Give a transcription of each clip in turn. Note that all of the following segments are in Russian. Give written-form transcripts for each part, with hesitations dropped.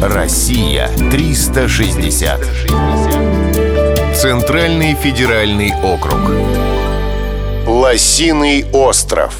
Россия 360. Центральный федеральный округ. Лосиный остров.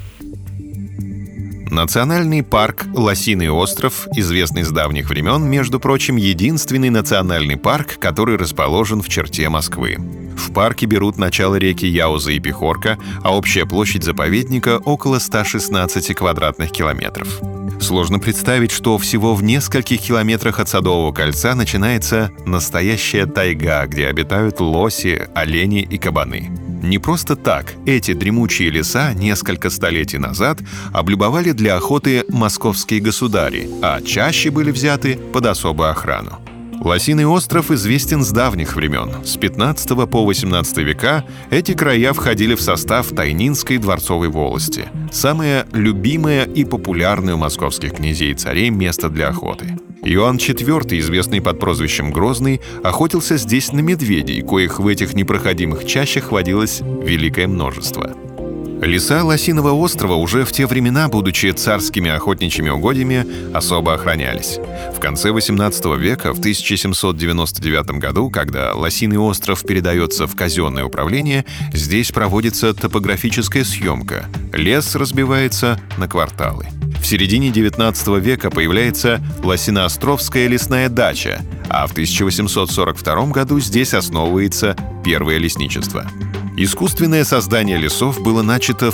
Национальный парк Лосиный остров, известный с давних времен, между прочим, единственный национальный парк, который расположен в черте Москвы. В парке берут начало реки Яуза и Пехорка, а общая площадь заповедника около 116 квадратных километров. Сложно представить, что всего в нескольких километрах от Садового кольца начинается настоящая тайга, где обитают лоси, олени и кабаны. Не просто так эти дремучие леса несколько столетий назад облюбовали для охоты московские государи, а чаще были взяты под особую охрану. Лосиный остров известен с давних времен. С 15 по 18 века эти края входили в состав Тайнинской дворцовой волости, самое любимое и популярное у московских князей и царей место для охоты. Иоанн IV, известный под прозвищем Грозный, охотился здесь на медведей, коих в этих непроходимых чащах водилось великое множество. Леса Лосиного острова уже в те времена, будучи царскими охотничьими угодьями, особо охранялись. В конце XVIII века, в 1799 году, когда Лосиный остров передается в казенное управление, здесь проводится топографическая съемка. Лес разбивается на кварталы. В середине XIX века появляется Лосиноостровская лесная дача, а в 1842 году здесь основывается первое лесничество. Искусственное создание лесов было начато в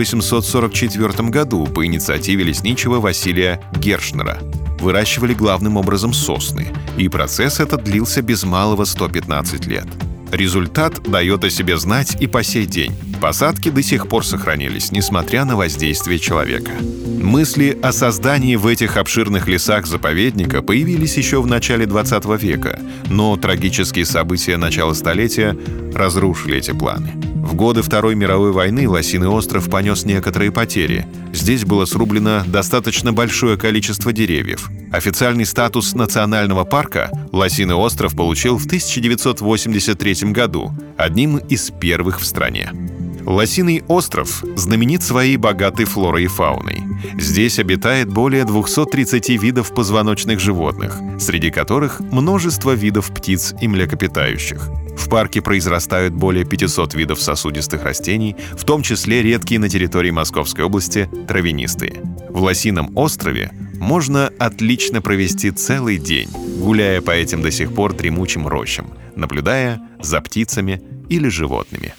1844 году по инициативе лесничего Василия Гершнера. Выращивали главным образом сосны, и процесс этот длился без малого 115 лет. Результат дает о себе знать и по сей день. Посадки до сих пор сохранились, несмотря на воздействие человека. Мысли о создании в этих обширных лесах заповедника появились еще в начале XX века, но трагические события начала столетия разрушили эти планы. В годы Второй мировой войны Лосиный остров понес некоторые потери. Здесь было срублено достаточно большое количество деревьев. Официальный статус национального парка Лосиный остров получил в 1983 году, одним из первых в стране. Лосиный остров знаменит своей богатой флорой и фауной. Здесь обитает более 230 видов позвоночных животных, среди которых множество видов птиц и млекопитающих. В парке произрастают более 500 видов сосудистых растений, в том числе редкие на территории Московской области травянистые. В Лосином острове можно отлично провести целый день, гуляя по этим до сих пор дремучим рощам, наблюдая за птицами или животными.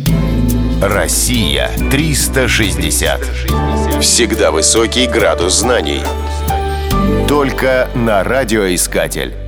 Россия 360. Всегда высокий градус знаний. Только на радиоискатель.